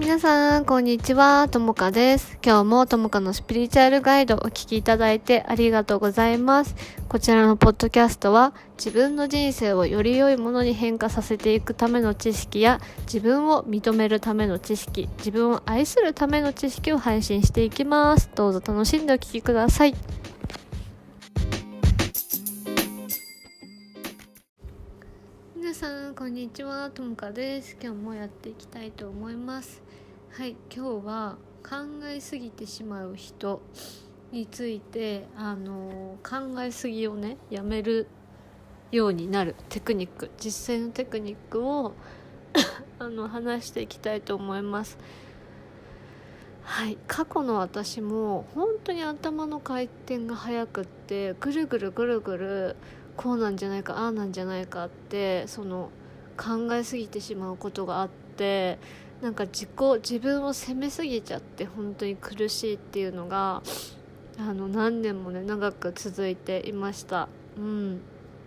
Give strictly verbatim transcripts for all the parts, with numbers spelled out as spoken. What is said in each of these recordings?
皆さんこんにちは、ともかです。今日もともかのスピリチュアルガイドをお聞きいただいてありがとうございます。こちらのポッドキャストは自分の人生をより良いものに変化させていくための知識や自分を認めるための知識、自分を愛するための知識を配信していきます。どうぞ楽しんでお聞きください。皆さんこんにちは、ともかです。今日もやっていきたいと思います。はい、今日は考えすぎてしまう人についてあの考えすぎをねやめるようになるテクニック、実践のテクニックをあの話していきたいと思います。はい、過去の私も本当に頭の回転が速くってぐるぐるぐるぐるこうなんじゃないかああなんじゃないかってその考えすぎてしまうことがあって、なんか自己自分を責めすぎちゃって本当に苦しいっていうのがあの何年もね長く続いていました。うん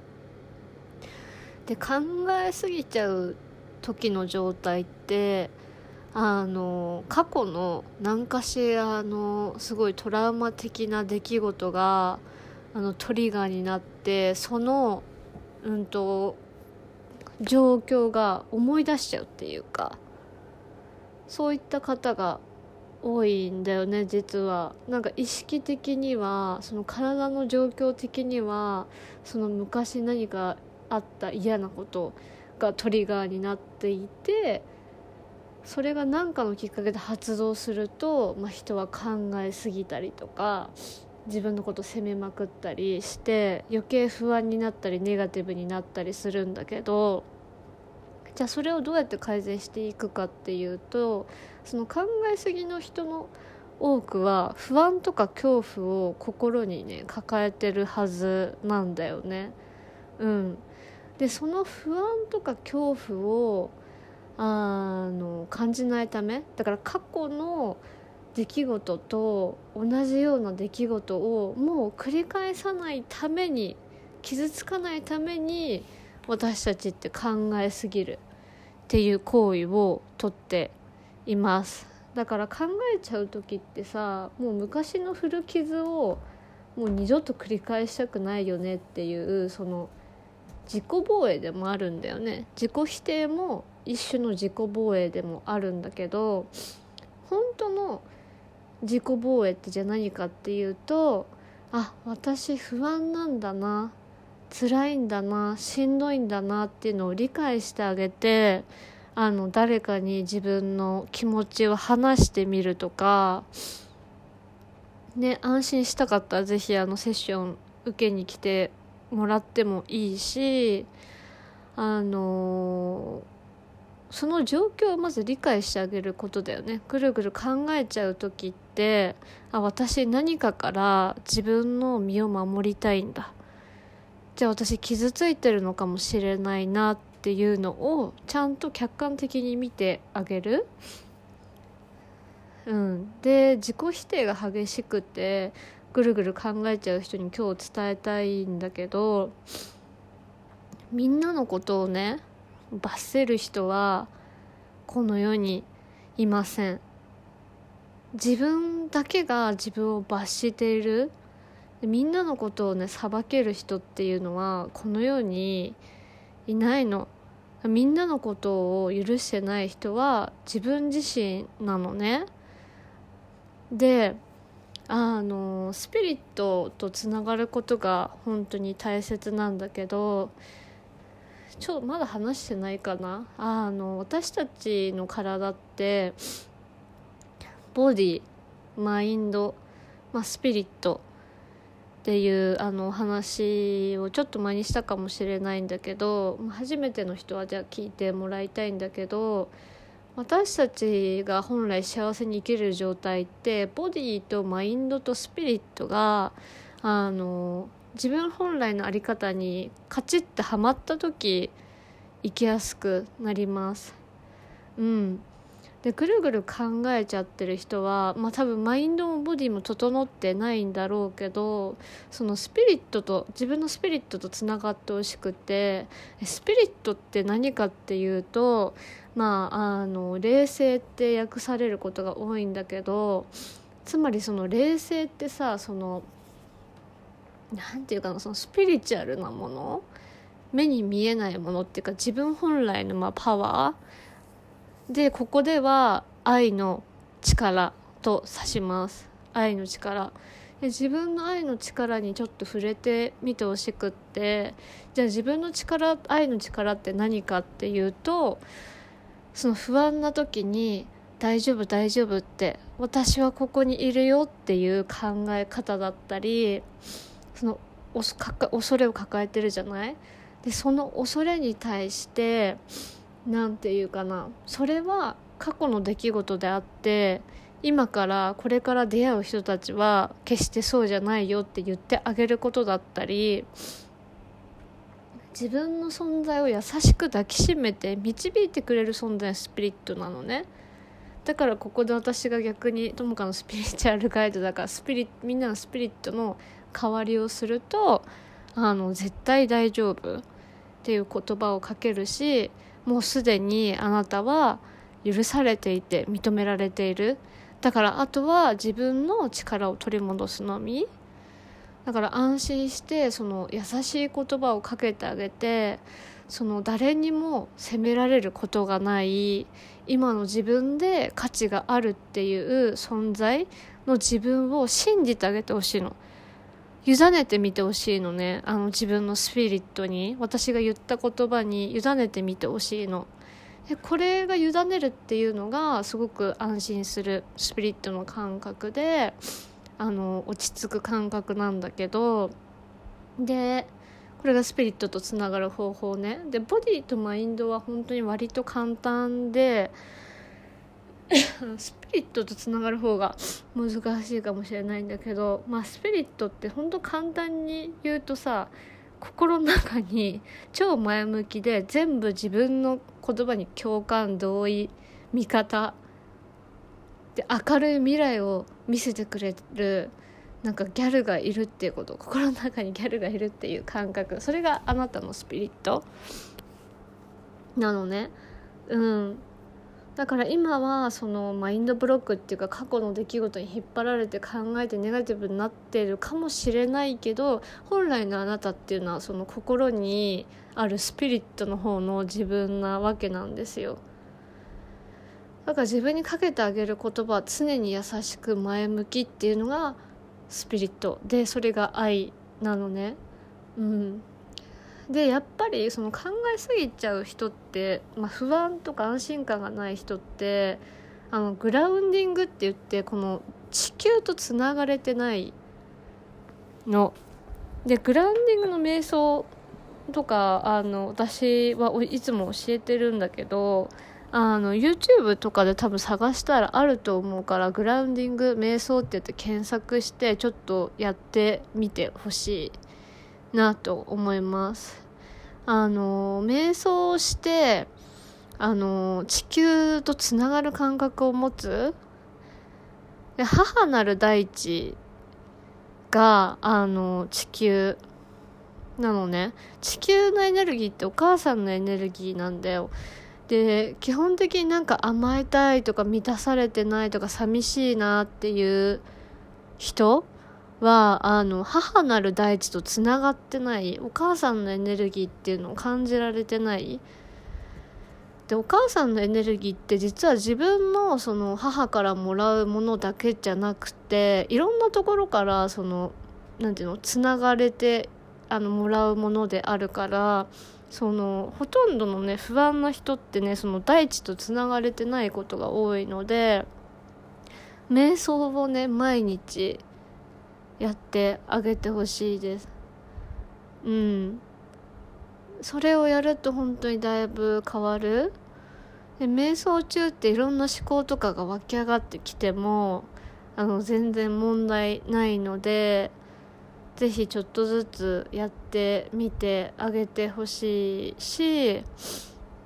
で考えすぎちゃう時の状態ってあの過去の何かしらのすごいトラウマ的な出来事があのトリガーになって、そのうんと状況が思い出しちゃうっていうか、そういった方が多いんだよね。実はなんか意識的にはその体の状況的にはその昔何かあった嫌なことがトリガーになっていて、それが何かのきっかけで発動すると、まあ、人は考えすぎたりとか自分のこと責めまくったりして余計不安になったりネガティブになったりするんだけど、じゃあそれをどうやって改善していくかっていうと、その考えすぎの人の多くは不安とか恐怖を心にね抱えてるはずなんだよね。うんでその不安とか恐怖をあの感じないためだから、過去の出来事と同じような出来事をもう繰り返さないために、傷つかないために私たちって考えすぎるっていう行為をとっています。だから考えちゃう時ってさ、もう昔の古傷をもう二度と繰り返したくないよねっていうその自己防衛でもあるんだよね。自己否定も一種の自己防衛でもあるんだけど、本当の自己防衛ってじゃあ何かっていうと、あ、私不安なんだな、辛いんだな、しんどいんだなっていうのを理解してあげて、あの誰かに自分の気持ちを話してみるとかね、安心したかったらぜひあのセッション受けに来てもらってもいいし、あのーその状況をまず理解してあげることだよね。ぐるぐる考えちゃう時って、あ、私何かから自分の身を守りたいんだ、じゃあ私傷ついてるのかもしれないなっていうのをちゃんと客観的に見てあげる。うん、で自己否定が激しくてぐるぐる考えちゃう人に今日伝えたいんだけど、みんなのことをね罰せる人はこの世にいません。自分だけが自分を罰している、みんなのことをね裁ける人っていうのはこの世にいないの。みんなのことを許してない人は自分自身なのね。であのスピリットとつながることが本当に大切なんだけど、ちょっとまだ話してないかな。あの私たちの体ってボディ、マインド、まあ、スピリットっていうあの話をちょっと前にしたかもしれないんだけど、初めての人はじゃあ聞いてもらいたいんだけど、私たちが本来幸せに生きれる状態ってボディとマインドとスピリットがあの自分本来の在り方にカチッてはまった時生きやすくなります。うんでぐるぐる考えちゃってる人は、まあ、多分マインドもボディも整ってないんだろうけど、そのスピリットと自分のスピリットとつながってほしくて、スピリットって何かっていうと、まあ、あの霊性って訳されることが多いんだけど、つまりその霊性ってさ、そのなんていうかな、そのスピリチュアルなもの、目に見えないものっていうか、自分本来のまあパワーで、ここでは愛の力と指します。愛の力で、自分の愛の力にちょっと触れてみてほしくって、じゃあ自分の力、愛の力って何かっていうと、その不安な時に大丈夫大丈夫って、私はここにいるよっていう考え方だったり、その恐れを抱えてるじゃない。でその恐れに対してなんていうかな、それは過去の出来事であって、今からこれから出会う人たちは決してそうじゃないよって言ってあげることだったり、自分の存在を優しく抱きしめて導いてくれる存在のスピリットなのね。だからここで私が逆にともかのスピリチュアルガイドだから、スピリみんなのスピリットの代わりをすると、あの絶対大丈夫っていう言葉をかけるし、もうすでにあなたは許されていて認められている。だからあとは自分の力を取り戻すのみ。だから安心してその優しい言葉をかけてあげて、その誰にも責められることがない今の自分で価値があるっていう存在の自分を信じてあげてほしいの。委ねてみてほしいのね。あの自分のスピリットに、私が言った言葉に委ねてみてほしいの。でこれが委ねるっていうのがすごく安心するスピリットの感覚で、あの落ち着く感覚なんだけど、でこれがスピリットとつながる方法ね。でボディとマインドは本当に割と簡単でスピリットとつながる方が難しいかもしれないんだけど、まあスピリットって本当簡単に言うとさ、心の中に超前向きで全部自分の言葉に共感、同意、味方で明るい未来を見せてくれるなんかギャルがいるっていうこと、心の中にギャルがいるっていう感覚、それがあなたのスピリットなのね。うんだから今はそのマインドブロックっていうか、過去の出来事に引っ張られて考えてネガティブになっているかもしれないけど、本来のあなたっていうのはその心にあるスピリットの方の自分なわけなんですよ。だから自分にかけてあげる言葉は常に優しく前向きっていうのがスピリットで、それが愛なのね。うんでやっぱりその考えすぎちゃう人って、まあ、不安とか安心感がない人って、あのグラウンディングって言って、この地球とつながれてないので、グラウンディングの瞑想とかあの私はいつも教えてるんだけど、あの YouTube とかで多分探したらあると思うから、グラウンディング瞑想って言って検索してちょっとやってみてほしいなと思います。あの瞑想してあの地球とつながる感覚を持つ。で母なる大地があの地球なのね。地球のエネルギーってお母さんのエネルギーなんだよ。で基本的になんか甘えたいとか満たされてないとか寂しいなっていう人はあの母なる大地とつながってない、お母さんのエネルギーっていうのを感じられてない。でお母さんのエネルギーって実は自分のその母からもらうものだけじゃなくて、いろんなところからそのなんていうのつながれてあのもらうものであるから、そのほとんどのね不安な人ってね、その大地とつながれてないことが多いので、瞑想をね毎日やってあげてほしいです。うんそれをやると本当にだいぶ変わる。で瞑想中っていろんな思考とかが湧き上がってきてもあの全然問題ないので、ぜひちょっとずつやってみてあげてほしいし、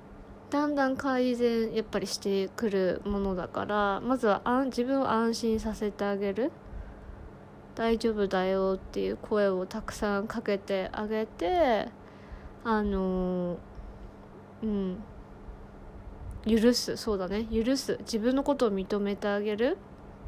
だんだん改善やっぱりしてくるものだから、まずはあん自分を安心させてあげる、大丈夫だよっていう声をたくさんかけてあげて、あのー、うん許す、そうだね、許す、自分のことを認めてあげる。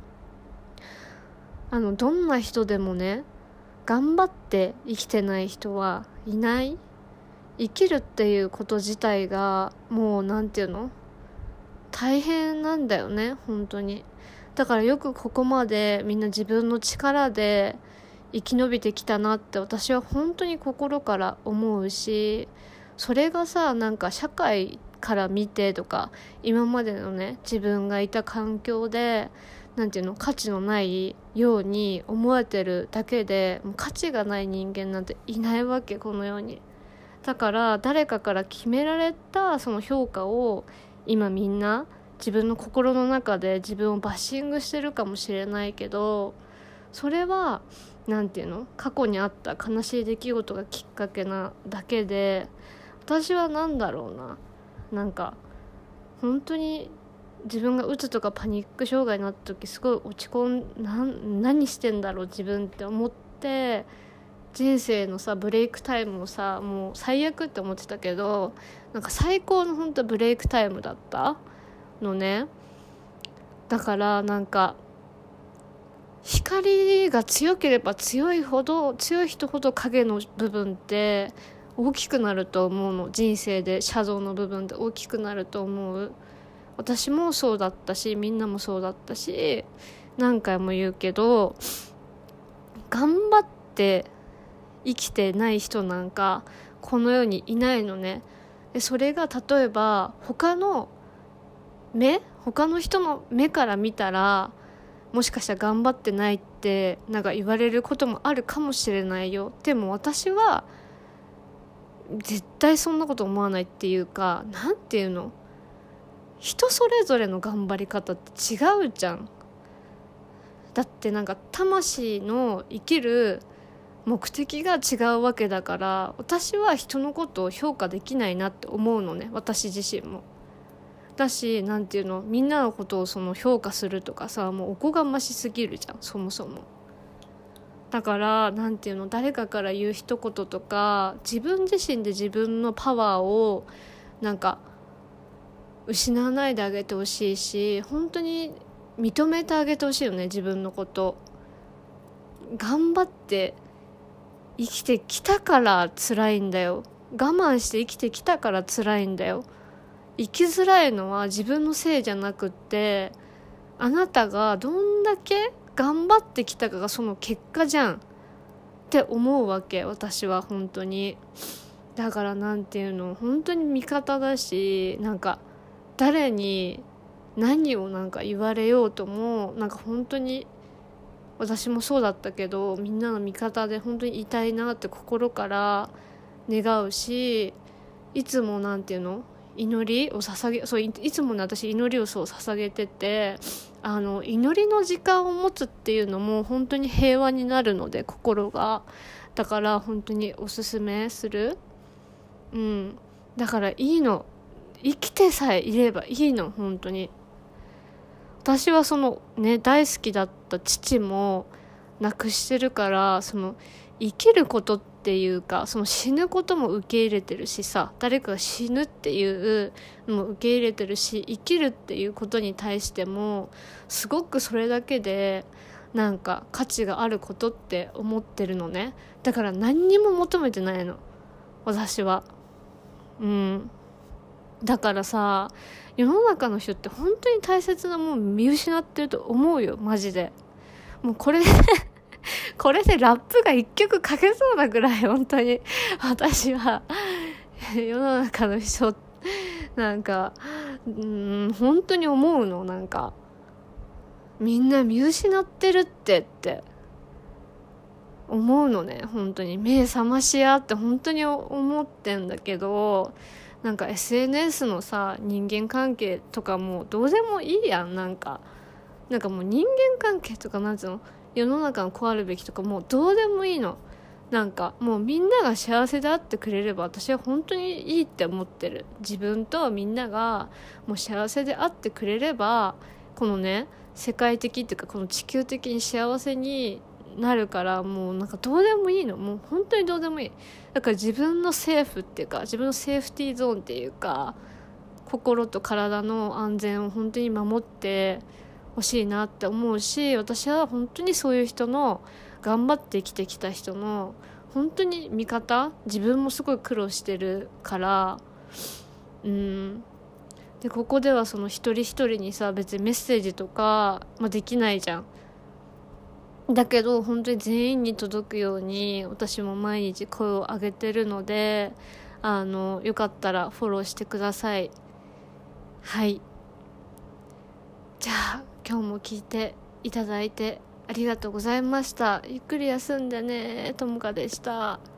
あのどんな人でもね、頑張って生きてない人はいない。生きるっていうこと自体がもうなんていうの、大変なんだよね本当に。だからよくここまでみんな自分の力で生き延びてきたなって私は本当に心から思うし、それがさ、なんか社会から見てとか、今までのね自分がいた環境でなんていうの、価値のないように思われてるだけで、もう価値がない人間なんていないわけ、この世に。だから誰かから決められたその評価を今みんな自分の心の中で自分をバッシングしてるかもしれないけど、それはなんていうの、過去にあった悲しい出来事がきっかけなだけで、私はなんだろうな、なんか本当に自分がうつとかパニック障害になった時すごい落ち込んな何してんだろう自分って思って、人生のさブレイクタイムをさもう最悪って思ってたけど、なんか最高の本当ブレイクタイムだったのね。だからなんか光が強ければ強いほど強い人ほど影の部分って大きくなると思うの。人生でシャドウの部分って大きくなると思う。私もそうだったし、みんなもそうだったし、何回も言うけど、頑張って生きてない人なんかこの世にいないのね。でそれが例えば他の目他の人の目から見たら、もしかしたら頑張ってないってなんか言われることもあるかもしれないよ。でも私は絶対そんなこと思わないっていうか、なんていうの、人それぞれの頑張り方って違うじゃん。だってなんか魂の生きる目的が違うわけだから、私は人のことを評価できないなって思うのね、私自身も。だし、なんていうの、みんなのことをその評価するとかさ、もうおこがましすぎるじゃん、そもそも。だからなんていうの、誰かから言う一言とか、自分自身で自分のパワーをなんか失わないであげてほしいし、本当に認めてあげてほしいよね、自分のこと。頑張って生きてきたから辛いんだよ。我慢して生きてきたから辛いんだよ。生きづらいのは自分のせいじゃなくって、あなたがどんだけ頑張ってきたかがその結果じゃんって思うわけ、私は本当に。だからなんていうの、本当に味方だし、なんか誰に何をなんか言われようとも、なんか本当に私もそうだったけど、みんなの味方で本当にいたいなって心から願うし、いつもなんていうの、祈りを捧げ、そう い, いつもね私祈りをそう捧げてて、あの祈りの時間を持つっていうのも本当に平和になるので、心が。だから本当におすすめする。うんだからいいの、生きてさえいればいいの、本当に。私はそのね大好きだった父も亡くしてるから、その生きることっていうか、その死ぬことも受け入れてるしさ、誰かが死ぬっていうのも受け入れてるし、生きるっていうことに対してもすごくそれだけでなんか価値があることって思ってるのね。だから何にも求めてないの、私は。うんだからさ、世の中の人って本当に大切なもん見失ってると思うよ、マジで。もうこれこれでラップが一曲書けそうなぐらい本当に私は世の中の人なんかうん本当に思うの、なんかみんな見失ってるってって思うのね、本当に。目覚ましやって本当に思ってんだけど、なんか エスエヌエス のさ人間関係とかもうどうでもいいやん。なんかなんかもう人間関係とかなんつうの、世の中のこうあるべきとかもうどうでもいいの。 なんかもうみんなが幸せであってくれれば私は本当にいいって思ってる。自分とみんながもう幸せであってくれれば、このね世界的っていうかこの地球的に幸せになるから、もうなんかどうでもいいの、もう本当にどうでもいい。だから自分のセーフっていうか、自分のセーフティーゾーンっていうか、心と体の安全を本当に守ってほしいなって思うし、私は本当にそういう人の、頑張って生きてきた人の本当に味方、自分もすごい苦労してるから、うんでここではその一人一人にさ別にメッセージとか、まあ、できないじゃん。だけど本当に全員に届くように私も毎日声を上げてるので、あのよかったらフォローしてください。はい、じゃあ今日も聞いていただいてありがとうございました。ゆっくり休んでね。ともかでした。